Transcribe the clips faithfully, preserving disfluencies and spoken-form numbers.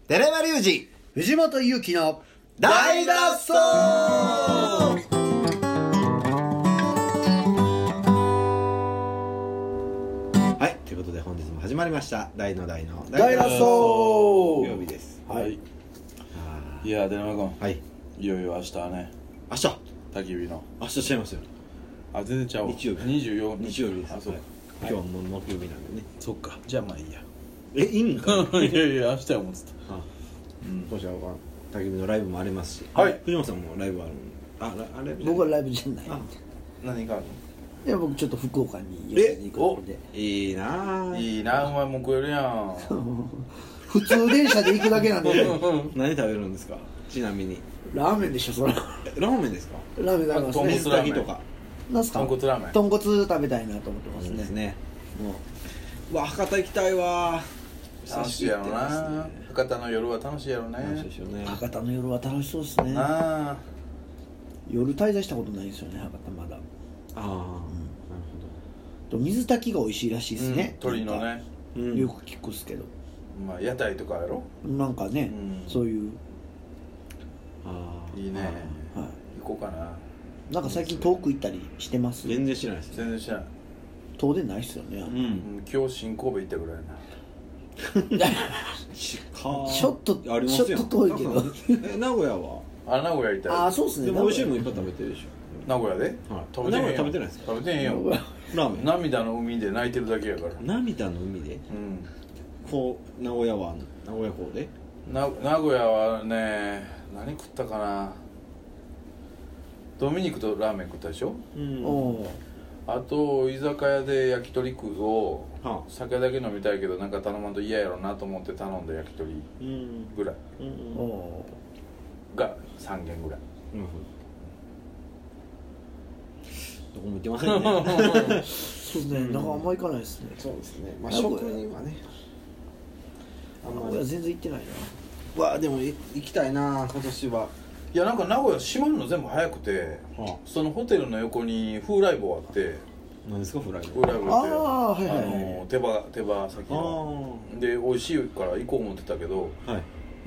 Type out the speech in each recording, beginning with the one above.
寺山隆二藤本勇樹の大脱走。はい、ということで本日も始まりました大の大の大脱走木曜日です。 はい。 あいや、寺山君、 はい、 いよいよ明日はね、 明日焚き火の明日ちゃいますよ。 あ、全然ちゃう。 日曜日にじゅうよっか日曜日です。 あ、そうか、 はい、今日も木曜日なんでね。 そっか、じゃあまあいいや。 え、いいんかいやいや、明日は思ってた。 あ、うん、今週は焚き火のライブもありますし、 はい、 藤本さんもライブある。あ、あれ僕はライブじゃない。 何があるの？ いや、僕ちょっと福岡に寄せに行くので。 いいなぁ。 いいなぁ、お前も食えるやん。 普通電車で行くだけなんで、ね、 何食べるんですか？ちなみにラーメンでしょ、そら。 ラーメンですか？ ラーメン食べますね。 水炊きとか。 なんすか？ 豚骨ラーメン。 豚骨食べたいなと思ってますね。 ですね。もう、わ、博多行きたいわ。 楽しいやろな。博多の夜は楽しいやろね。 楽しいでしょうね。 博多の夜は楽しそうですね。 なあ。 夜滞在したことないですよね、博多まだ。ああ、うん、なるほど。と水炊きが美味しいらしいですね。 うん、鶏のね。 よく聞くっすけど。 まあ屋台とかやろ。 なんかね、うん、そういう。 ああ、 いいね。はい。行こうかな。 なんか最近遠く行ったりしてます？ 全然知らないです。 全然知らない。 遠出ないっすよね。 うん。今日新神戸行ったぐらいな。 ちょっとありますよ。ちょっと遠いけど。 え、名古屋は？ あ、名古屋行ったら。あ、そうですね。 でも美味しいもんいっぱい食べてるでしょ。 名古屋で？はい。 食べてへん。食べてないですか？ 食べてへんよ。 ラーメン。 涙の海で泣いてるだけやから。 涙の海で？うん。こう名古屋湾、名古屋港で？ な名古屋はね、何食ったかな。ドミニクとラーメン食ったでしょ。うん。あと居酒屋で焼き鳥食うを、はあ、酒だけ飲みたいけどなんか頼まんと嫌やろなと思って頼んだ焼き鳥ぐらい、うんうん、がさんけんぐらい、うん、 どこも行ってませんね。 そうですね、なんかあんま行かないですね。 そうですね、まあ食にはねあんまり全然行ってないな。 うわ、でも行きたいな今年は。 いや、なんか名古屋閉まるの全部早くて、はあ、そのホテルの横に風来坊あって。 何ですか風来坊？ 風来坊って、 ああ、はいはいはい、 あの手羽手羽先ので美味しいから行こう思ってたけど、はい、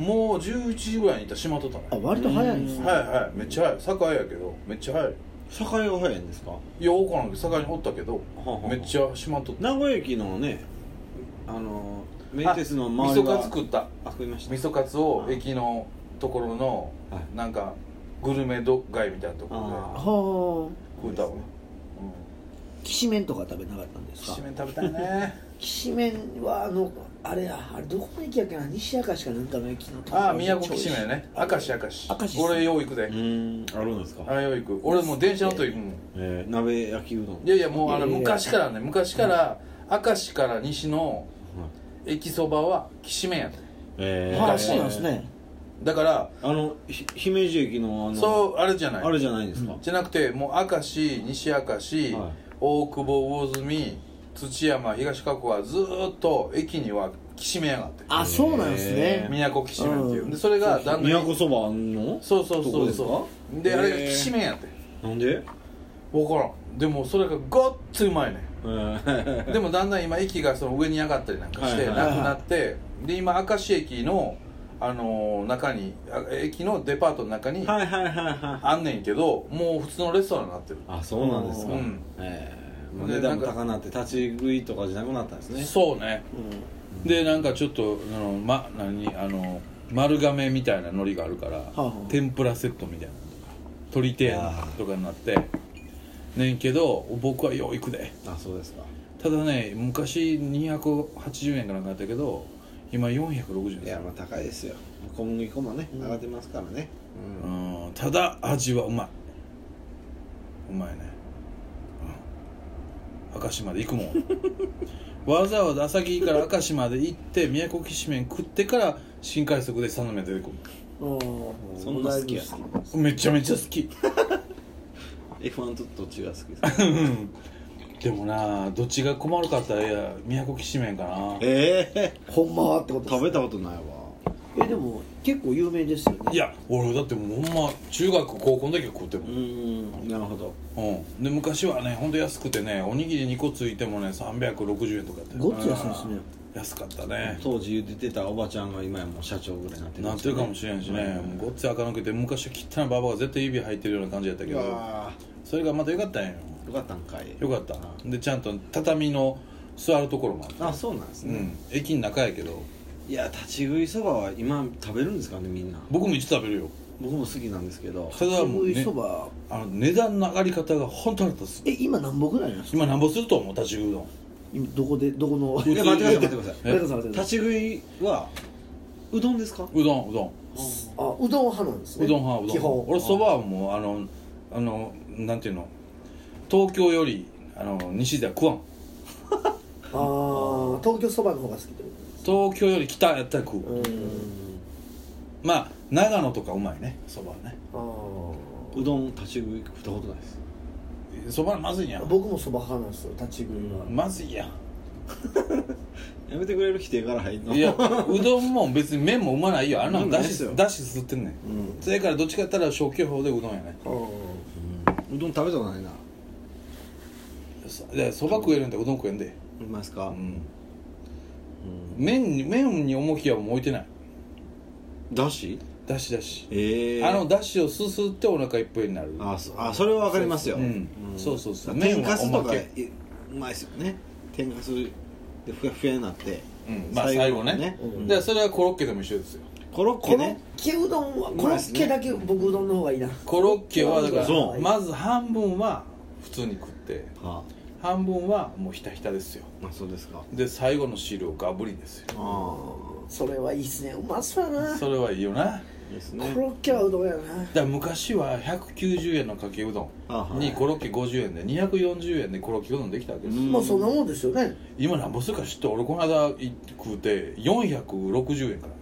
もうじゅういちじぐらいに行ったら閉まっとったね。 あ、割と早いんですね。 はいはい、めっちゃ早い。栄やけどめっちゃ早い。 栄が早いんですか？ いや、分からんけど栄におったけど、ははめっちゃ閉まっとった。 名古屋駅のね、あの名鉄の周りが味噌カツ食った。あ、 食いました。 味噌カツを駅のところの、はい、なんかグルメ街みたいなところで食うたわ。 きしめんとか食べなかったんですか？ きしめん食べたいね。 きしめんはあのあれや、あれどこの駅やっけな、西明石かなんかの駅のところ。 ああ、宮古きしめんね。明石明石。 明石。 俺よう行くで。 うん、あるんですか？ あ、よう行く。俺もう電車乗っと行くもん。 えー、鍋焼きうどん。 いやいや、もうあの昔からね、昔から明石から西の駅そばはきしめんやった。 えー、昔なんですね。 だからあの姫路駅のあのそうあれじゃない。 あれじゃないんですか？ じゃなくてもう明石、西明石、はい、大久保、魚住、土山、東加古はずっと駅にはきしめんがあって。 あ、そうなんですね。 宮古きしめんっていう。でそれがだんだん宮古そばあんの？ そうそうそうそう。であれがきしめんやって。 なんで？ 分からん。でもそれがごっつうまいね。でもだんだん今駅がその上に上がったりなんかしてなくなって、で今明石駅のあのー、中に駅のデパートの中にあんねんけど、もう普通のレストランになってる。 あ、そうなんですか。うん、えー、もう値段も高なって立ち食いとかじゃなくなったんですね。 そうね、うん、でなんかちょっとあの、ま、何あの丸亀みたいな海苔があるから、はあはあ、天ぷらセットみたいな鶏天とかになってねんけど、僕はよう行くで。 あ、そうですか。 ただね、昔にひゃくはちじゅうえんかなんかやったけど今よんひゃくろくじゅうえんです。 いや、まあ高いですよ。小麦粉もね、上がってますからね、 うん、うん、ただ味はうまい。うまいね、うん、明石まで行くもん。わざわざ朝霧から明石まで行って宮古きしめん食ってから新快速で佐野麺出てくる。 そんな好きや？ めちゃめちゃ好き。 エフワン とどっちが好きですか？ でもな、どっちが困るかったら、いや、宮古きしめんかな。 ええー、ほんまはってことですか？ 食べたことないわ。 え、でも結構有名ですよね。 いや、俺だってもうほんま中学高校の時は食ってるもん。 うーん、なるほど。 うん。で昔はね、ほんと安くてね、おにぎりにこついてもねさんびゃくろくじゅうえんとかやって。 ごっつ安いですね。 安かったね。 当時言ってたおばちゃんが今やもう社長ぐらいになってる、 ね、なってるかもしれんしね、うん、もうごっつい垢抜けて昔は汚いババアが絶対指入ってるような感じやったけど、それがまた良かったんよ。 よかったんかい。 よかった。でちゃんと畳の座るところもあって。 あ、そうなんですね、うん、 駅の中やけど。 いや、立ち食いそばは今食べるんですかね、みんな。 僕も一度食べるよ。 僕も好きなんですけど、 ただもう、ね、 立ち食いそば、 あの値段の上がり方が本当に腹立つ。 え、今何本ぐらいなんですか。 今何本すると思う、立ち食いうどん。 今どこで、どこの。 いや、待ってください、待ってください。 待ってください。 立ち食いはうどんですか。 うどん、うどん。 あ、うどん派なんですね。 うどん派、うどん。基本。俺そばはもうあのあのなんていうの、東京よりあの西では食わん。 ああ、東京そばの方が好きってことですか。 東京より北やったら食う。 うん。 まあ長野とかうまいね、そばはね。 ああ。うどん立ち食い食ったことないです。 そばまずいやん。 僕もそば派なんですよ、立ち食いは。 まずいやん。 やめてくれる、否定から入んの。 いや、うどんも別に麺もうまないよ。あんなのだしだし吸ってんねん。それからどっちかって言ったら消去法でうどんやね。 うどん食べたことないな。 でそば食えるんだうどん食えんで。 うまいですか。うん。 麺に麺に重きはもう置いてない。 だし？ だしだし。 ええ。 あのだしをすすってお腹いっぱいになる。 あ、そあそれはわかりますよ。うん。 そうそうそう。 天かすとかうまいですよね。天かすでふやふやになって、 うん、まあ最後ね。でそれはコロッケでも一緒ですよ。 コロッケね。 コロッケうどんはコロッケだけ僕うどんの方がいいな。 コロッケはだからまず半分は普通に食って、半分はもうひたひたですよ。 あ、そうですか。 で最後の汁をガブリですよ。 ああ、それはいいっすね。うまそうやな。 それはいいよな。 コロッケはうどんやな。だから昔はひゃくきゅうじゅうえんのかけうどんにコロッケごじゅうえんでにひゃくよんじゅうえんでコロッケうどんできたわけですよ。 まあそんなもんですよね。 今なんぼするか知って、俺この間食うてよんひゃくろくじゅうえんから。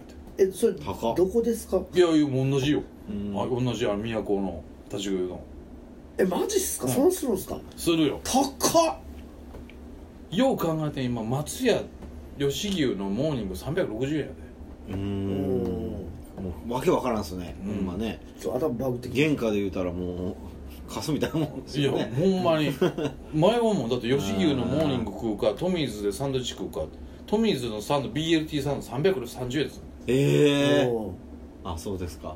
え、それどこですか。 いやいや同じよ。あ、同じあの都の立ち食いうどん。 え、マジっすか。そんなするんすか。 するよ。 高っ。 よう考えて今松屋吉牛のモーニングさんびゃくろくじゅうえんやで。 うーん、もうわけわからんっすね、うん、ほんまね。 そう、頭バグって原価で言うたらもうカスみたいなもんですよね。 いやほんまに前はもうだって吉牛のモーニング食うかトミーズでサンドイッチ食うか、トミーズのサンド ビーエルティー サンドさんびゃくさんじゅうえんです。 ええー、あ、そうですか。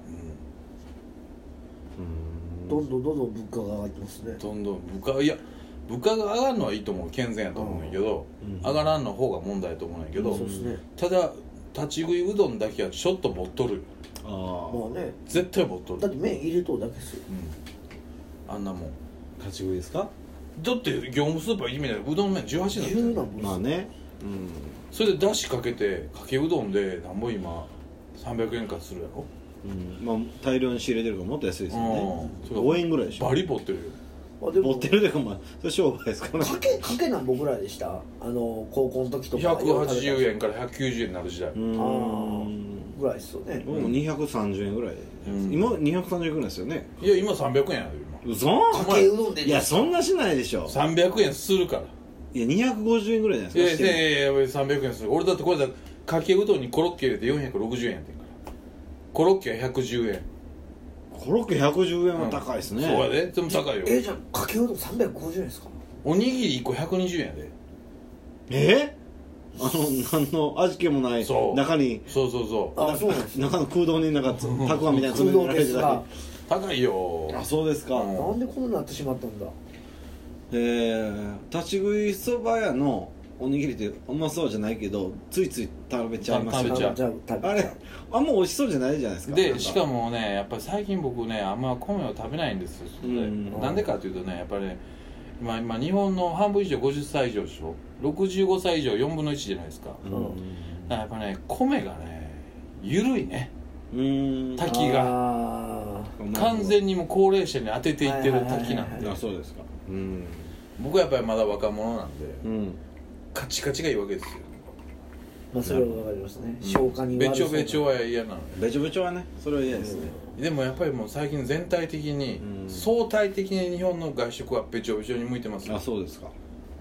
うん、どんどんどんどん物価が上がってますね。 どんどん物価、いや物価が上がるのはいいと思う、健全やと思うんやけど、うん、上がらんの方が問題やと思うんやけど、うん、そうですね、ただ立ち食いうどんだけはちょっとぼっとる。 ああ、まあね、 絶対ぼっとる。 だって麺入れとるだけですよ、 うん、あんなもん。 立ち食いですか。 だって業務スーパー行ってみたらうどん麺じゅうはちえんだったよ。じゅうなんぼ。まあね、 うん、それでだしかけてかけうどんでなんぼ今さんびゃくえんかするやろ。 うん、まあ大量に仕入れてるからもっと安いですよね。ごえんぐらいでしょ。 バリぼってるよ。 持ってるでも、まあそれ商売ですからね。 かけかけなんぼぐらいでした。あの高校の時とかひゃくはちじゅうえんからひゃくきゅうじゅうえんになる時代。ああぐらいですよね。 僕もにひゃくさんじゅうえんぐらい、うん、今にひゃくさんじゅうえんぐらいですよね。 いや今さんびゃくえんやで今。嘘。 かけうどんで。 いやそんなしないでしょ。 さんびゃくえんするから。 いやにひゃくごじゅうえんぐらいじゃないですか。 いやいやいやさんびゃくえんする。俺だってこれだかけうどんにコロッケ入れてよんひゃくろくじゅうえんやってんから。コロッケはひゃくじゅうえん。 コロッケひゃくじゅうえんは高いですね、うん、 そうやで。でも高いよ。 え、じゃあかけうどんさんびゃくごじゅうえんですか。 おにぎりいっこひゃくにじゅうえんやで。 えー、あの何の味気もない中に。 そうそうそう。 あ、そうなんです、 ね、中の空洞になんかたくあんみたいな詰められてたり。 高いよ。 あ、そうですか、 うん、なんでこんなになってしまったんだ。 えー、立ち食いそば屋のおにぎりってうまそうじゃないけどついつい食べちゃいますよ。 食べちゃう。 あれあんま美味しそうじゃないじゃないですか。 でしかもねやっぱり最近僕ねあんま米を食べないんですよ。なんでかというとねやっぱりね今今日本の半分以上ごじゅっさい以上でしょ。ろくじゅうごさい以上よんぶんのいちじゃないですか。うん、だからやっぱね米がね緩いね。うーん、炊きが完全にもう高齢者に当てていってる炊きなんで。 あ、そうですか。うん、 僕はやっぱりまだ若者なんで、 うん、 カチカチがいいわけですよ。 まあそれは分かりますね。消化に悪そうな。 べちょべちょは嫌なの。 べちょべちょはね、それは嫌ですね。 でもやっぱりもう最近全体的に、うん、相対的に日本の外食はべちょべちょに向いてますよ。 あ、そうですか。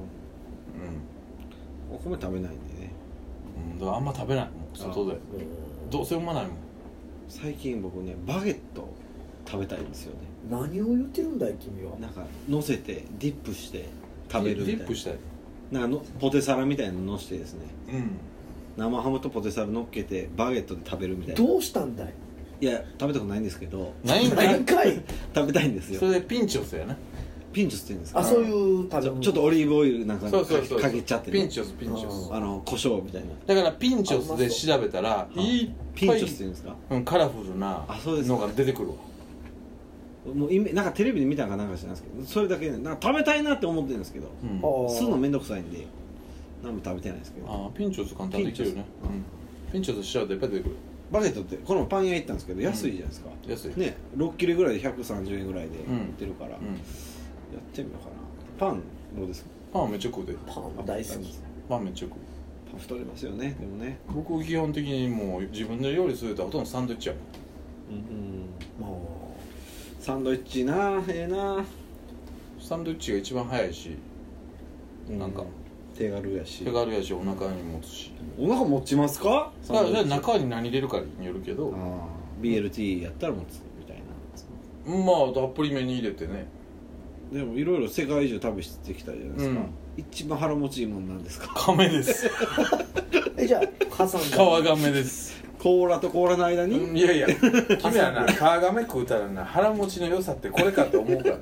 うん。お米食べないんでね。 うん、だからあんま食べないもん外で。どうせうまないもん。 最近僕ねバゲット食べたいんですよね。 何を言ってるんだい君は。 なんか乗せてディップして食べるみたいな。 ディップしたい。 なんかのポテサラみたいなの乗してですね、 うん、 生ハムとポテサラ乗っけてバゲットで食べるみたいな。 どうしたんだい。 いや食べたことないんですけどないんかい何回食べたいんですよ。 それでピンチョスやな。 ピンチョスって言うんですか。 あ、そういう食べ物。 ちょちょっとオリーブオイルなんかそうそうそうかけちゃって、ね、 ピンチョスピンチョスあの胡椒みたいな。 だからピンチョスで調べたらいっピンぱいチョスって言うんですか。 うんカラフルなあそうですのが出てくるわ。 もうイメなんかテレビで見たんかなんか知らないですけど、それだけでなんか食べたいなって思ってるんですけど、 うんあ吸うのめんどくさいんで何も食べてないんですけど。 あピンチョス簡単にできるよね。ピンチョスしちゃうといっぱい出てくる。 バゲットってこのパン屋行ったんですけど安いじゃないですか、 うん、安いねろっ切れぐらいでひゃくさんじゅうえんぐらいで売ってるから、 うんうん、 やってみようかな。パンどうですか。 パンめっちゃ食うで。 パン大好き。 パンめっちゃ食う。 パン太りますよねでもね。 僕基本的にもう自分で料理するとほとんどサンドイッチやもん。 うんうん、 もサンドイッチなええな。 サンドイッチが一番早いし、 うん、 なんか手軽やし手軽やしお腹に持つし。 お腹持ちますか。 だから中に何入れるかによるけど、 あ ビーエルティー やったら持つみたいな。 まあたっぷりめに入れてね。 でもいろいろ世界中旅してきたじゃないですか、 うん、 一番腹持ちいいもんなんですか。 亀です。 うえじゃあ挟んだ川亀です。 甲羅と甲羅の間に、 うん、いやいや君はな川亀食うたらな腹持ちの良さってこれかって思うから。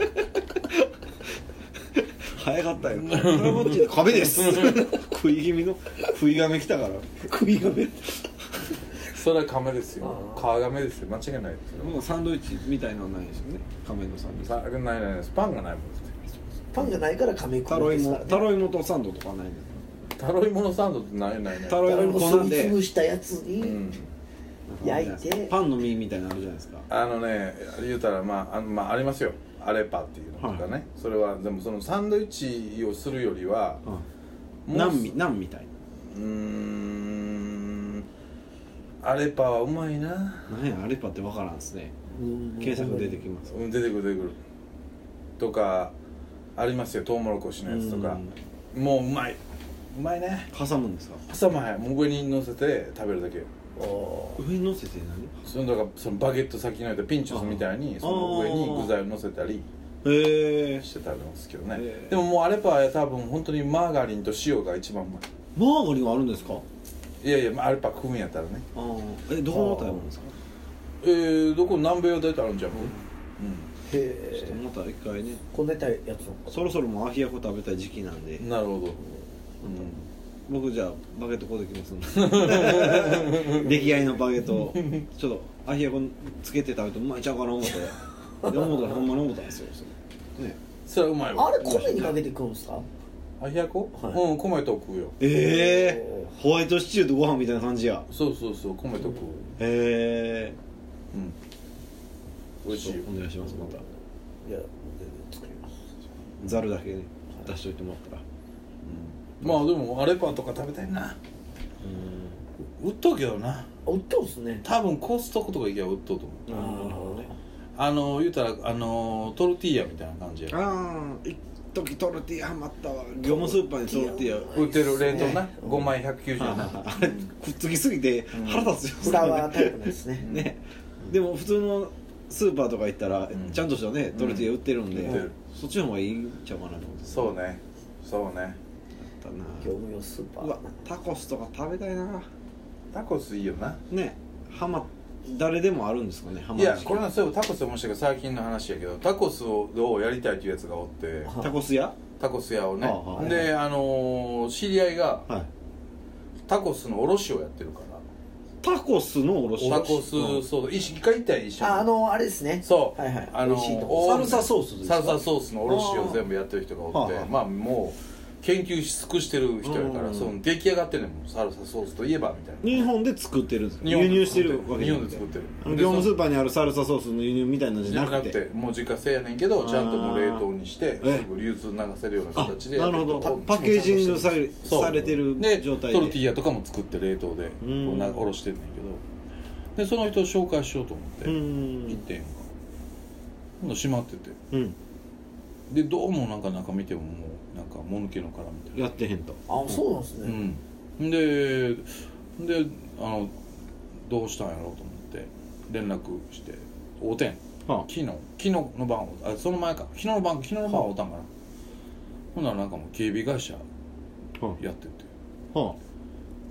早かったよ。腹持ち壁です食い気味の食い亀来たから食い亀。 それは亀ですよ。川亀ですよ。間違いないですよ。 もうサンドイッチみたいのはないですよね。亀のサンドイッチ。 さないないないパンがないもんです。 パンがないから亀食タロイモうんですからね。 タロイモとサンドとかないんですか。 タロイモのサンドってないないない。 タロイタロイモすりモ粉でつぶしたやつにうん焼いて、 パンの実みたいなのあるじゃないですか。 あのね言うたらまああの、まあ、ありますよアレパっていうのとかね、はい、それはでもそのサンドイッチをするよりは、 うん、ナンみナンみたいな。 うーんアレパはうまいな。 何やアレパって分からんですね。検索出てきます。 うん出てくる出てくるとかありますよ。トウモロコシのやつとかもううまいうまいね。 挟むんですか。 挟まへんもう上に乗せて食べるだけ。 上に乗せて何。 そのだからそのバゲット先のやつピンチョスみたいにその上に具材を乗せたりへえして食べますけどね。でももうアレパは多分本当にマーガリンと塩が一番うまい。 マーガリンはあるんですか。 いやいやアレパ食うんやったらね。 あえどこの食べ物ですか。 えー、どこ南米は大体あるんじゃん。うん、 へえちょっとまた一回ねこねたやつのそろそろもうアヒヤコ食べたい時期なんで。 なるほど、うん、 僕じゃあバゲットこうできますんで出来合いのバゲットをちょっとアヒヤコつけて食べてうまいちゃうかな思ってで思ったらほんまに思ったんですよそれね。 それはうまいわ。 あれ米にかけて食うんですか。 アヒヤコ、はい、うん米と食うよ。 ええー、ホワイトシチューとご飯みたいな感じや。 そうそうそう米と食う。 へえー、うん美味しいよ。 お願いしますまた。いや全然作ります。 ざるだけね出しといてもらったら、 うん、まあでもアレパとか食べたいな。うん売っとうけどな。 売っとうっすね。 多分コストコとか行けば売っとうと思う。 なるほどね。 あの言うたらあのトルティーヤみたいな感じや。 ああ一時トルティーヤハマったわ。業務スーパーにトルティーヤ売ってる冷凍な、うん、ごまいひゃくきゅうじゅうえん。 あれくっつきすぎて腹立つよ、 うん、フラワータイプのですねね、でも普通のスーパーとか行ったら、うん、ちゃんとしたねトルティーヤ売ってるんで、うん、そっちの方がいいんちゃうかなと思って。 そうねそうね。だったな業務用スーパー。 うわタコスとか食べたいな。 タコスいいよな。 ねハマ誰でもあるんですかね。ハマいやこれはそういえばタコス面白いけど最近の話やけどタコスをやりたいっていうやつがおってタコス屋タコス屋をね、はあはあ、であのー、知り合いが、はい、タコスの卸をやってるからタコスの卸タコス、うん、そう一回行ったら一緒にあ, あのあれですね。 そう、 はいはい、 あのー、サルサソースですサルサソースの卸を全部やってる人がおって、はあ、まあもう研究し尽くしてる人やから、うん、その出来上がってるのもサルサソースといえばみたいな。 日本で作ってるんですか。輸入してるわけ。 日本で作ってる。 業務スーパーにあるサルサソースの輸入みたいなのじゃなくて、 じゃなくてもう自家製やねんけどちゃんともう冷凍にしてすぐ流通流せるような形でやってる。 なるほど。パッケージングされされてる状態でトルティーヤとかも作って冷凍でこうなおろしてんねんけど、でその人を紹介しようと思って行ってんか今度閉まってて、うん、でどうもなんか中見てももうなんかもぬけの殻みたいなやってへんと。 あそうなんですね、 うん、でであのどうしたんやろうと思って連絡して会うてん、はあ、昨日昨日の晩あその前か昨日の晩昨日の晩会うたんかな、はあ、ほんならなんかもう警備会社やってて、はあ、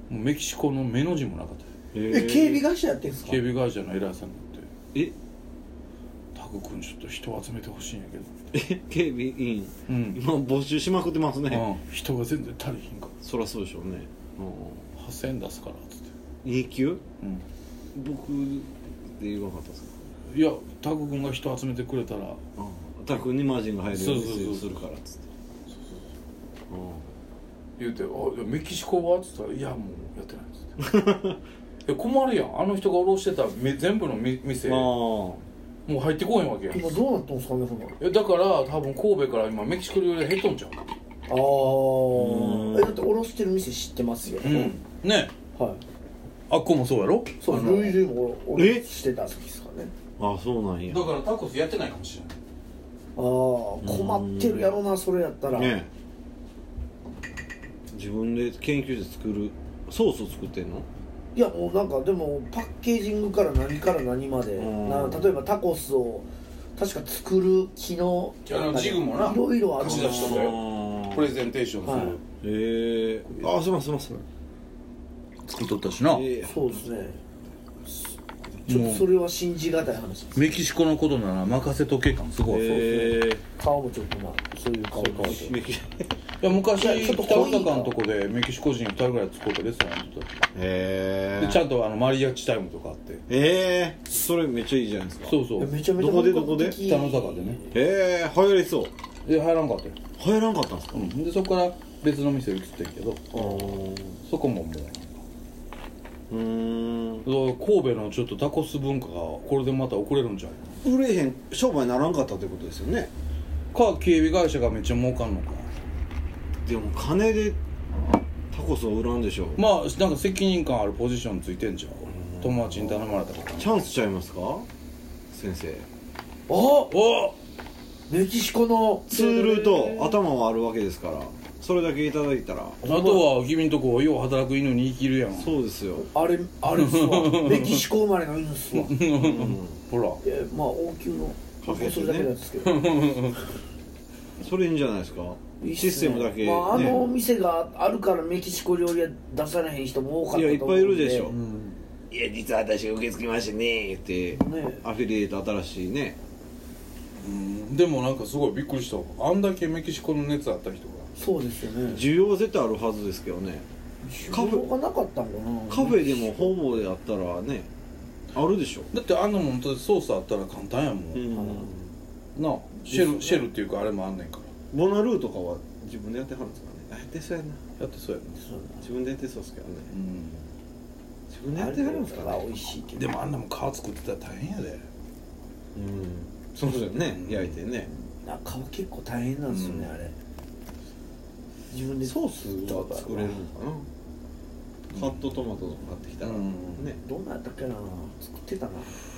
もうメキシコの目の字もなかった。 え警備会社やってんすか？ 警備会社の偉いさんになってえタク君ちょっと人を集めてほしいんやけどえ警備員、 うん、 今募集しまくってますね、 うん、人が全然足りひんからそりゃそうでしょうね、 はっせんえん出すからっつって永久、 うん、 僕で言わなかったですか？ いやタク君が人集めてくれたらタク君にマージンが入るようにそうそうそうするからっつって言うて「あメキシコは?」っつったら「いやもうやってない」っつっていや困るやんあの人が卸してため全部の店もう入ってこへんわけやん今どうなったんですかねそのえだから多分神戸から今メキシコ料理減っとんちゃうああえだって卸してる店知ってますよ、 うんねはいあっこもそうやろそうルイルイも卸してたんですかねああそうなんやだからタコスやってないかもしれないああ困ってるやろなそれやったらね自分で研究所作るソースを作ってんの？ いやもうなんかでもパッケージングから何から何までな例えばタコスを確か作る機能あのジグもないろいろある貸し出しとかよプレゼンテーションする、 はい、 へえー、あすいませんすいません作っとったしな、 えー、そうですねちょっとそれは信じがたい話ですメキシコのことなら任せとけ感すごい、 へえ顔もちょっとなそういう顔顔でメキシいや昔いやちょっと北濃いな浦のとこでメキシコ人ふたりぐらい作ってレストランやってたへえでちゃんとあのマリアッチタイムとかあってええー、それめっちゃいいじゃないですかそうそうめちゃめちゃどこでどこで北の坂でねへえー、流行りそうで入らんかったよ、 流行らんかったんですか？ うん、でそこから別の店移ってんけどうんそこももうーんう神戸のちょっとタコス文化がこれでまた遅れるんちゃう売れへん商売にならんかったってことですよね。 か警備会社がめっちゃ儲かんのかでも金でタコスを売らんでしょう。 まあなんか責任感あるポジションついてんじゃん友達に頼まれたからチャンスちゃいますか先生？ おおメキシコのツールと頭はあるわけですからそれだけいただいたらあとは君んとこよう働く犬に生きるやんそうですよ。 あれあれっすわメキシコ生まれの犬っすわうんほらえまあ王宮のカフェそれだけなんですけどそれいいんじゃないですかシステムだけ、ね、 まあ、あの店があるからメキシコ料理は出されへん人も多かったと思うんで。 いやいっぱいいるでしょ、 うん、 いや実は私受け付けましてねってねアフィリエイト新しいね、 うん、でもなんかすごいびっくりしたあんだけメキシコの熱あった人がそうですよね需要絶対あるはずですけどねカフェがなかったんかなカフェでもほぼであったらねあるでしょだってあんなもんソースあったら簡単やもん、 うん、 なあシェル、シェルっていうかあれもあんねんからボナルーとかは自分でやってはるんですかねやってそうやなやってそうやね自分でやってそうですけどね、 うん、 自分でやってはるんですかね美味しいけどでもあんなもん皮作ってたら大変やでうんそうですよね、うん、焼いてね皮結構大変なんですよね、うん、あれ自分でソースは作れるのかな、うん、カットトマトとか買ってきたら、うん、ねどんなやったっけな作ってたな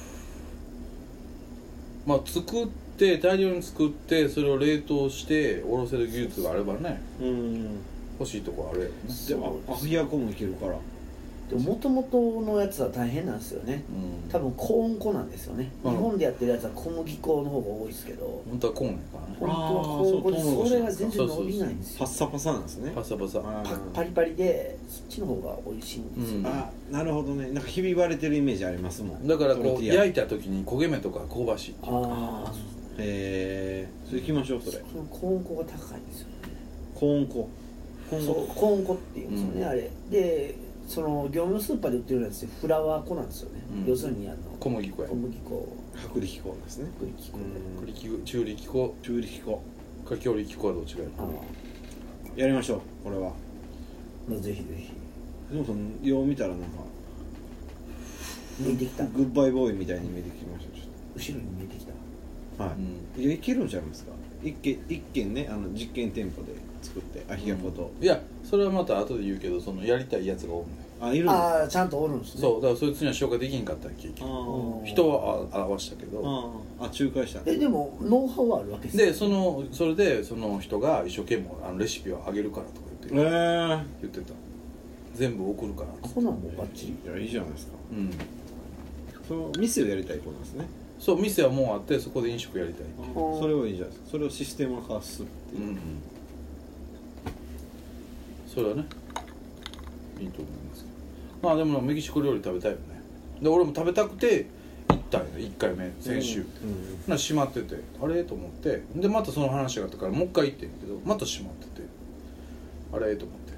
まあ作って大量に作ってそれを冷凍しておろせる技術があればねうん欲しいとこあるやろねでもアフィアコもいけるからもともとのやつは大変なんですよね、うん、多分高温粉なんですよね、うん、日本でやってるやつは小麦粉の方が多いですけど本当はコーンやからね本当は高温粉でそれが全然伸びないんですよパッサパサなんですねパサパサパ, パリパリでそっちの方が美味しいんですよ、うん、 あなるほどねなんかひび割れてるイメージありますもんだからこう焼いた時に焦げ目とか香ばしいああへえそれ行きましょうそれその高温粉が高いんですよね高温粉そう高温粉っていうんですよね、うん、あれでその業務スーパーで売ってるやつってフラワー粉なんですよね、うん、要するにあの小麦粉や小麦粉薄力粉ですね薄力粉で中力粉中力粉か強力粉はどっちがやるやりましょうこれはぜひぜひでもそのよう見たらなんか見えてきたグッバイボーイみたいに見えてきましたちょっと後ろに見えてきたはい、うん、いやいけるんちゃいますか一軒一軒ねあの実験店舗で作ってアヒヤコと、 うん、いやそれはまた後で言うけどそのやりたいやつがおるねあいるんですあちゃんとおるんですねそうだからそいつには消化できんかったら結局人は合わしたけどああ仲介したえでもノウハウはあるわけですよでそのそれでその人が一生懸命あのレシピをあげるからとか言って、 えー、 言ってた全部送るからこんなんもバッチリいやいいじゃないですかうんその店をやりたい子なんですねそう店はもうあってそこで飲食やりたいそれはいいじゃないですかそれをシステム化するっていう、うんうん、 それはねいいと思います。まあでもメキシコ料理食べたいよね。で俺も食べたくて行ったんよいっかいめ先週、うんうん、な閉まっててあれと思ってでまたその話があったからもう一回行ってんけどまた閉まっててあれと思って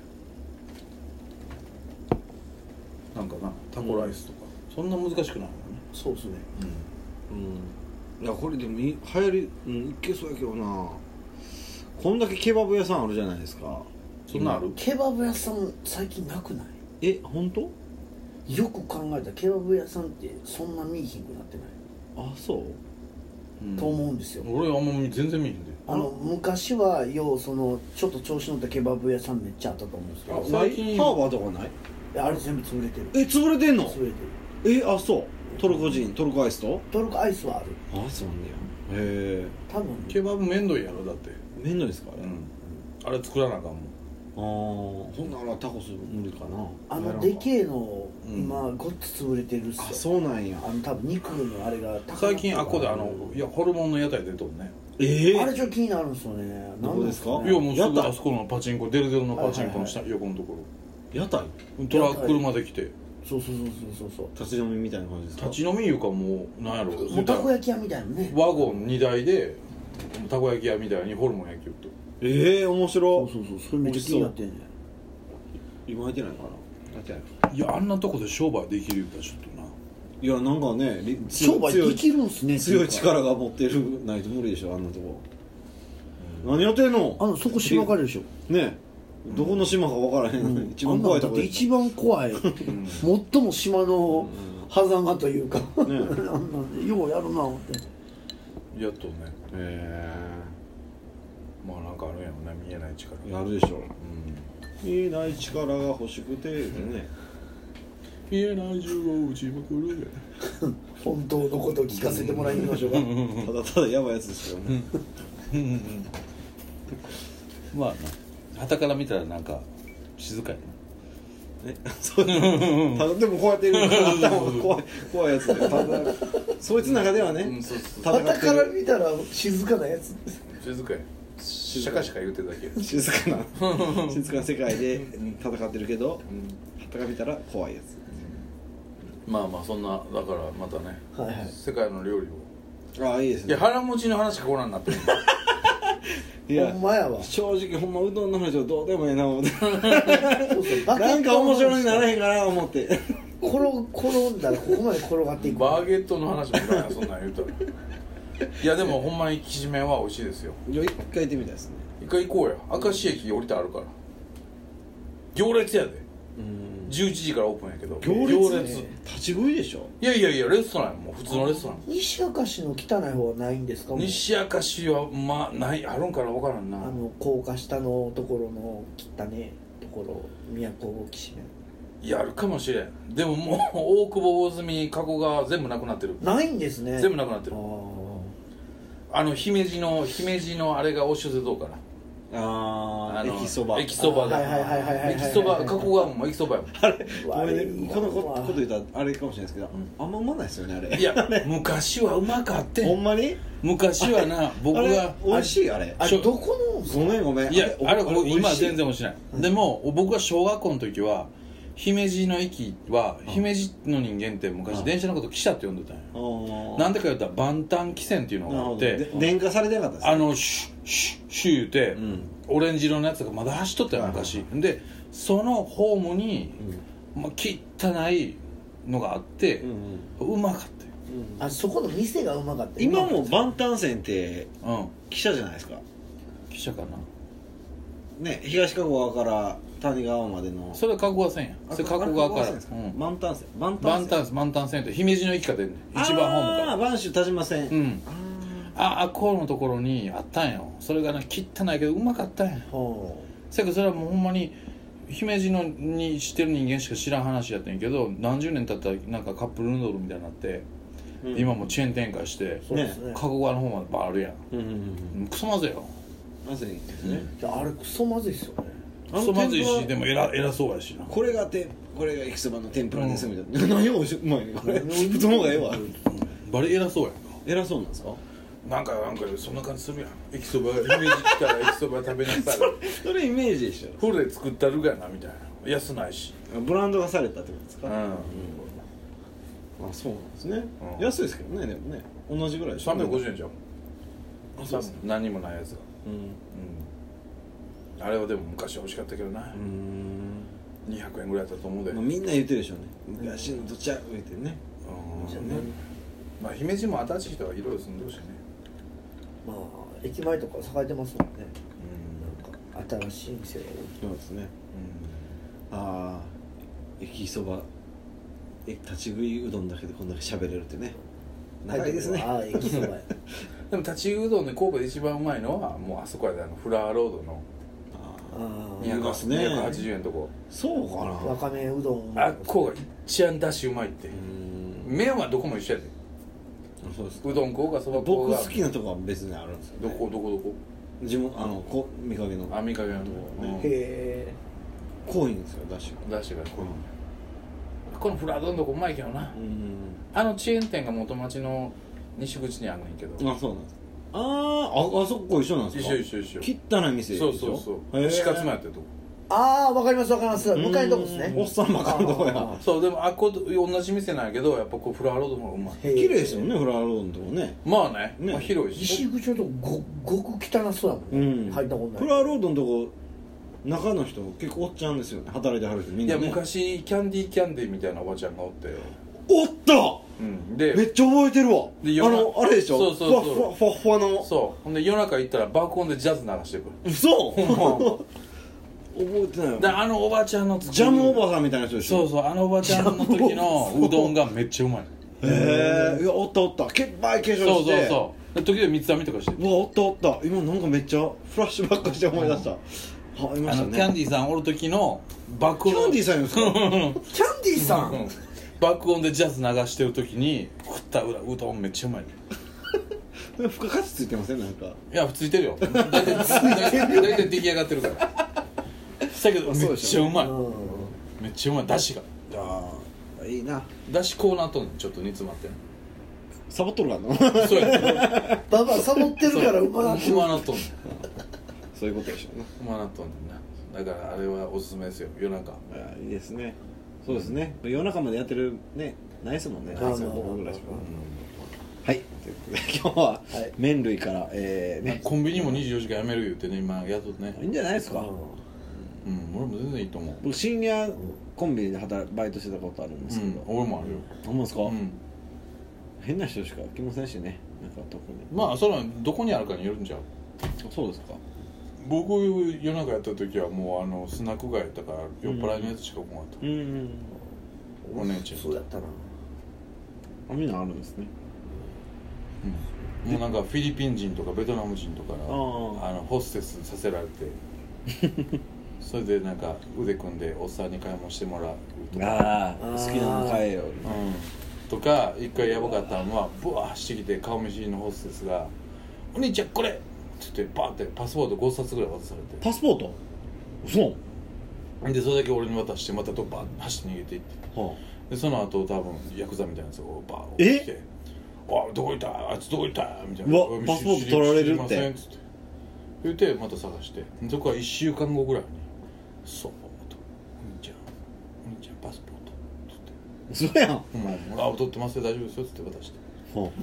なんかなタコライスとか、うん、そんな難しくないもんね。 そうですねうん、うん、いやこれでも流行り、うん、いけそうやけどな。こんだけケバブ屋さんあるじゃないですか。 そんなある？ ケバブ屋さん最近なくない？ え、本当？ よく考えたらケバブ屋さんってそんな見えひんくなってない？ あ、そう、 うん、と思うんですよ。 俺あんま全然見えへんで。 あの昔はようそのちょっと調子乗ったケバブ屋さんめっちゃあったと思うんですけど、 最近ハーバーとかない？ あれ全部潰れてる。 え、潰れてんの？ 潰れてる。 え、あ、そう。トルコ人、トルコアイスと？ トルコアイスはある。 あ、そうなんだよ。へえ。 多分ケバブめんどいやろだって。 めんどいですかあれ？ うん、あれ作らなあかんもん。 ああ、ほんならタコス無理かな。 あのでけえの今ごっつ潰れてるっすよ。 あ、そうなんや。 あの多分肉のあれが高最近あっこであのいやホルモンの屋台出とんね。 ええー、 あれちょっと気になるんですよね。 どこですか？ いやもうすぐあそこのパチンコデルデルのパチンコの下、はいはいはい、横のところ屋台トラック車で来てそうそうそうそうそう立ち飲みみたいな感じですか？ 立ち飲みいうかもうなんやろもうたこ焼き屋みたいなねワゴンにだいでたこ焼き屋みたいにホルモン焼きよってええー、面白い。 そうそうそうそれめっちゃ気になってんねん。 今開いてないかな。開いてない。 いやあんなとこで商売できる言うたらちょっとな。 いやなんかね商売できるんすね。 強い力が持ってるないと無理でしょあんなとこ、うん、何やってんの？ あのそこ島かるでしょね。 どこの島か分からへんのに、うん、一番怖いとこで一番怖い、うん、最も島の破山がというか、ね、あんなんようやるな思ってやっとね。 へえー、まあなんかあるんやろね見えない力やるでしょ、うん、見えない力が欲しくてでね見えない銃を撃ちまくるで本当のことを聞かせてもらいましょうかただただやばいやつですよねまあな傍から見たらなんか静かやな。 え、そうただでもこうやっている頭が怖い怖いやつで、ただそいつの中ではね、うん、 傍から見たら静かなやつ。 静かや。シャカシャカ言うてるだけ。 静かな静かな世界で戦ってるけど、傍から見たら怖いやつ。 まあまあそんなだからまたね、はいはい、世界の料理を。ああいいですね。 いや腹持ちの話がこうなんなってる。 いやほんまやわ。 正直ほんまうどんの話はどうでもええな思ってなんか面白いにならへんかな思って転, 転んだらここまで転がっていく。 バーゲットの話もいらないそんなん言うたらいやでもほんまにきしめんは美味しいですよ。 いや一回行ってみたいですね。 一回行こうや。明石駅降りてあるから行列やで。うんじゅういちじからオープンやけど行列、行列立ち食いでしょ。 いやいやいやレストランもう普通のレストラン。 西明石の汚い方はないんですか？ 西明石はまあないあるんから分からんな。 あの高架下のところの汚ねところ都きしめんやるかもしれん。でももう大久保大隅加古川全部なくなってる。 ないんですね。 全部なくなってる。ああの姫路の姫路のあれが押し寄せどうかな。 ああ駅そば駅そばが駅そば加古川も駅そばやもん。 あれごめんねこのこと言ったらあれかもしれないですけど、うん、あんまうまないですよねあれ。 いや昔はうまかってん。 ほんまに昔はな僕が美味しいあれ。 あれどこのごめんごめん。 いやあれ今全然美味しない、うん、でも僕が小学校の時は姫路の駅は姫路の人間って昔電車のこと汽車って呼んでたんよ。なんでか言ったら万端汽船っていうのがあって電化されてなかったですね。 あのシュッシュッシュ言うて、うん、オレンジ色のやつがまだ走っとったよ昔、はいはい、でそのホームに、うんまあ、汚いのがあって、うんうん、うまかったよ、 うん、あそこの店がうまかった。 今も万端線って汽車じゃないですか。 汽車かなね。東加古川から谷川までのそれは加古川線や。それ加古川から万端線万端線万端線って姫路の駅から出るね一番ホームから。 ああ播州田島線。うんああこのところにあったんよ。それがな汚いけどうまかったんや。せやけどそれはもうほんまに姫路のに知ってる人間しか知らん話やったんやけど何十年経ったらなんかカップルヌードルみたいになって、うん、今もチェーン展開して加古川の方までバーあるやん、うんうんうん、クソまずいよ。 まずいですね、 うん、あれクソまずいっすよね。 クソまずいしでも偉偉そうやしな。 これがてこれが駅そばの天ぷらですみたいな、うん、何をうまいねこれ普通の方がええわ、うん、 バリ偉そうやんか。 偉そうなんですか。 なんかなんかそんな感じするやん。駅そばイメージ来たら駅そば食べなさいそれイメージでしょ。 フルで作ったるがなみたいな。 安ないし、 ブランドがされたってことですか。 うん、 うん、あ、そうなんですね、 うん、 安いですけどね。でもね同じぐらいでしょ。 さんびゃくごじゅうえんじゃん。 あ、そうですね。 何にもないやつが、 うん、 うん、あれはでも昔は美味しかったけどな。うん、にひゃくえんぐらいだったと思うで、 まあ、みんな言ってるでしょうね。昔のどっちゃ言ってね。 うん、 じゃあね、 まあ姫路も新しい人がいろいろ住んでるしね。 まあ駅前とか栄えてますもんね、うん、なんか新しい店が多い。 そうですね、うん、ああ駅そばえ立ち食いうどんだけでこんだけ喋れるってね、長いですね。 ああ駅そばやでも立ち食いうどんで神戸で一番うまいのはもうあそこやで、あのフラワーロードのああ、いますね。 にひゃくはちじゅうえんとこ。 そうかな。 わかめうどんあっこが一番だしうまいって。麺はどこも一緒やで。 そうです。 うどん粉がそば粉が。 僕好きなとこは別にあるんですよ、ね。 どこどこどこ？ 自分あのこ見かけの。 あ、見かけのとこ、ね。 へえ。 濃いんですよ、だしが。だしが濃い。うん、このフラドンどこうまいけどな。 うん。 あのチェーン店が元町の西口にあるねんけど。 あ、そうなんです。ああ、あそこ一緒なんですか。 一緒一緒一緒。 汚い店でしょ。 そうそうそう。死活もやってるとこ。 ああ、わかりますわかります。向かいのとこですね。 おっさんばかりのとこや。 そう、でもあっこ同じ店なんやけど、やっぱこうフラワーロードの方がうまい。 綺麗ですよね、フラワーロードのとこね。 まあね、 ね、 まあ、広いし。 西口のとこごごく汚そうだもんね。うん、入ったことない。 フラワーロードのとこ中の人結構おっちゃうんですよね、働いてはる人みんな、ね、 いや昔キャンディーキャンディーみたいなおばちゃんがおって。 おった、 うん、でめっちゃ覚えてるわ。あのあれでしょ、 そうそうそう、 ふわふわふわの。 そうほんで夜中行ったら爆音でジャズ流してくる。 嘘覚えてないよ。 であのおばちゃんのジャムおばさんみたいな人でしょ。 そうそう、あのおばちゃんの時のうどんがめっちゃうまい。 へえ、いやおったおった、けっばい化粧して。 そうそうそう、時々三つ編みとかしてる。 うわおったおった、今なんかめっちゃフラッシュバックして思い出した、うん、は、いましたね。 あのキャンディーさんおる時の爆音。 キャンディーさんいるんですか。 キャンディーさん爆音でジャズ流してる時に食ったうどんめっちゃうまいね。 付加価値ついてません、なんか。 いやついてるよ。大体大体出来上がってるから。だけどめっちゃうまい。めっちゃうまい、だしが。 ああ、いいな。 だしこうなっとんねん、ちょっと煮詰まってん。 サボっとるかな。 そうや。 ババサボってるからうまなっとん。 うまなっとんねん。 そういうことでしょうね。 うまなっとんねんな。だからあれはおすすめですよ、夜中。 いいですね。そうですね。夜中までやってるね、ないですもんね。はい。ということで今日は麺類からえね。 コンビニもにじゅうよじかんやめる言ってね、今雇ってね。 いいんじゃないですか。 うん、俺も全然いいと思う。 僕深夜コンビニで働バイトしてたことあるんですけど、 俺もあるよ。 あんまですか。変な人しか来ませんしね。なんか特に。 まあそれはどこにあるかによるんじゃう。 そうですか。 僕夜中やった時はもうあのスナック街やったから酔っ払いのやつしか来なかった。うんうん。お姉ちゃん。 そうやったな。 あ、みんなあるんですね。 うん。もうなんかフィリピン人とかベトナム人とかあのホステスさせられて。それでなんか腕組んでおっさんに買い物してもらうとか。 ああ、好きなの買えよ。 うん。とか一回やばかったのはブワー走ってきて顔見知りのホステスが「お兄ちゃんこれ!」って言ってバーってパスポートごさつぐらい渡されて。 パスポート？そう。 でそれだけ俺に渡してまたどっバーって走って逃げていって、はあ、でその後多分ヤクザみたいなやつをバーッ来て「あどこ行ったあいつどこ行った?」みたいな。 うわパスポート取られるって。 つって言ってまた探してそこはいっしゅうかんごぐらいに「そうとお兄ちゃんお兄ちゃんパスポート」 そうやん。 うん、あ、踊ってますよ大丈夫ですよっつって渡して、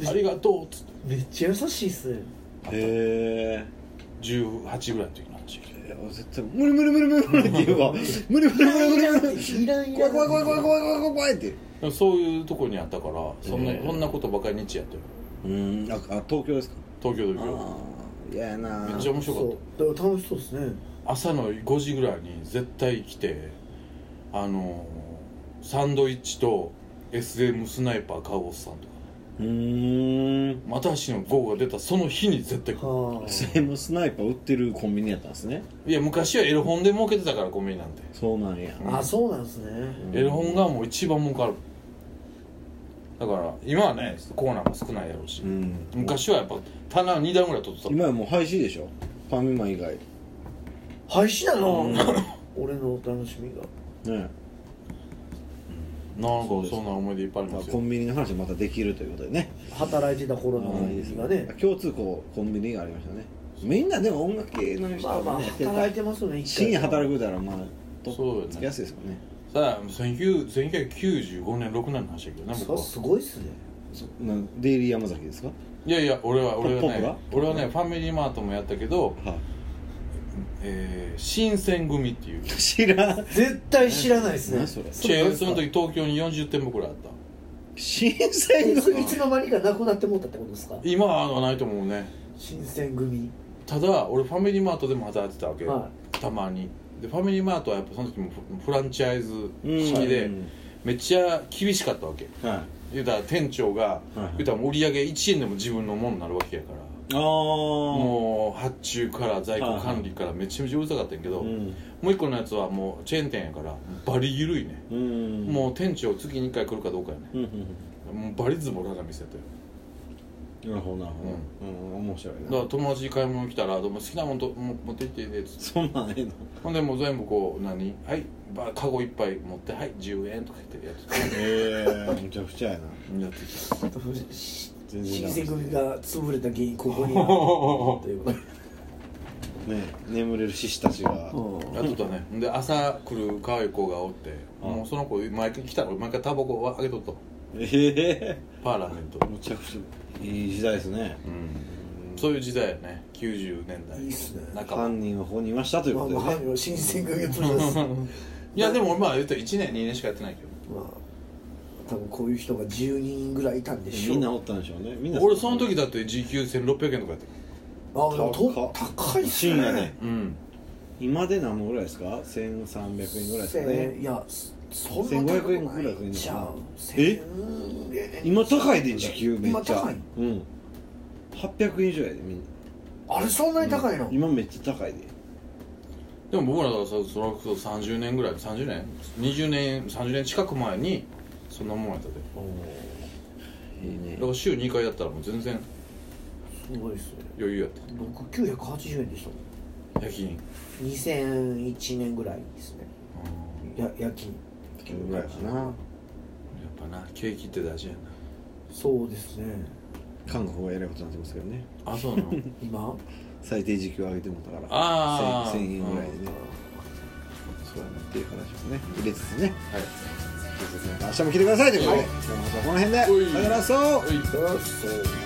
ありがとうっつってめっちゃ優しいっすね。 へえ。 じゅうはちぐらいの時の話。 いや絶対無理無理無理無理無理って言うわ。無理無理無理無理無理。 いらんいらん。 怖い怖い怖い怖い怖い怖い怖いって。 そういうとこにあったからそんなそんなことばかり日やってる。うん、あ東京ですか。 東京東京。 ああ、いやな。 めっちゃ面白かった。 だから楽しそうですね。 朝のごじぐらいに絶対来てあのサンドイッチと エスエム スナイパー買うおっさんとか。うーん。私の号が出たその日に絶対来る。 エスエム スナイパー売ってるコンビニやったんですね。 いや昔はエロ本で儲けてたからコンビニなんて。 そうなんや。 うん、あ、そうなんですね。 エロ本がもう一番儲かる。だから今はねコーナーも少ないやろうし、うん、昔はやっぱ棚にだんぐらい取ってた。 今はもう廃止でしょ、ファミマ以外。 廃止なの、うん、俺のお楽しみがね。 なんかそんな思い出いっぱいありますよ。 コンビニの話またできるということでね。 働いてた頃の思い出がね、 共通項コンビニがありましたね。みんなでも音楽系の人は、ね、 まあまあ働いてますよね。 深夜働くだらまあとそうよねつきやすいですよね。 さあせんきゅうひゃくきゅうじゅうごねんろくねんの話だけどね僕は。 すごいっすね。 なデイリー山崎ですか？ いやいや俺は俺はねポプラ俺はねファミリーマートもやったけど、 はい、 えー、新選組っていう知らん。 絶対知らないですね。 何それ。 チェーンその時東京によんじゅってん舗くらいあった。 新選えそれ組いつの間にかなくなってもったってことですか？ 今はないと思うね。 新選組。 ただ俺ファミリーマートでも働いてたわけ、 はたまにでファミリーマートはやっぱその時もフフランチャイズ式でうんめっちゃ厳しかったわけ。 はい言うたら店長が、 はい言うたら売り上げいちえんでも自分のものになるわけやからああもう発注から在庫管理からめちゃめちゃうるさかったんやけど、 うんもう一個のやつはもうチェーン店やからバリ緩いね、 うんもう店長月にいっかい来るかどうかやね、 うんうんもうバリズボラな店だったよ。 なるほどなるほど、うん、面白いな。 だから友達買い物来たら「どうも好きなもんとも持って行って」っつってそんなんええの。 ほんでもう全部こう何はいばカゴいっぱい持ってはいじゅうえんとか言ってやってええー、むちゃくちゃやな。 やってた全然新選組が潰れた原因ここにあるということでね眠れる獅子たちがやっとったね。で朝来る可愛い子がおって、もうその子毎回来たら毎回タバコをあげとった。 ええパーラメント。 ー、むちゃくちゃいい時代ですね。 うん、そういう時代やね。きゅうじゅうねんだいいいっすね。 半ば。 犯人はここにいましたというまあことでね、 まあ新選組がプロですまいやでもまあ言ったらいちねんにねんしかやってないけど。 あ多分こういう人がじゅうにんぐらいいたんでしょう。 みんなおったんでしょうね。みんな俺その時だって時給せんろっぴゃくえんとかやったよ。 あでもと高いっすね。 深夜ね。 うん。 今で何本ぐらいですか？せんさんびゃくえんぐらいですかね。 いやそんせんごひゃくえんな高くないんちゃう。 え今高いで時給めっちゃ今高い。 うんはっぴゃくえん以上やでみんな。 あれそんなに高いの？ 今めっちゃ高いで。 でも僕らがさそれこそさんじゅうねんぐらいさんじゅうねんにじゅうねんさんじゅうねん近く前にそんなもんやったで。 いいねだから週にかいやったらもう全然すごいっすね。 余裕やった僕きゅうひゃくはちじゅうえんでしたもん。 夜勤。 にせんいちねんぐらいですね。や夜勤。 ぐらいかな。 やっぱな景気って大事やそうですね。 韓国はえらいことになってますけどね。 な。あそうなの。 今最低時給上げてもらったからあーせんえんぐらいでねそうやね。 っていう話をね入れつつねはい。 明日も来てくださいということで、今日の放送はこの辺で、 はいありがとうございます。 はいそう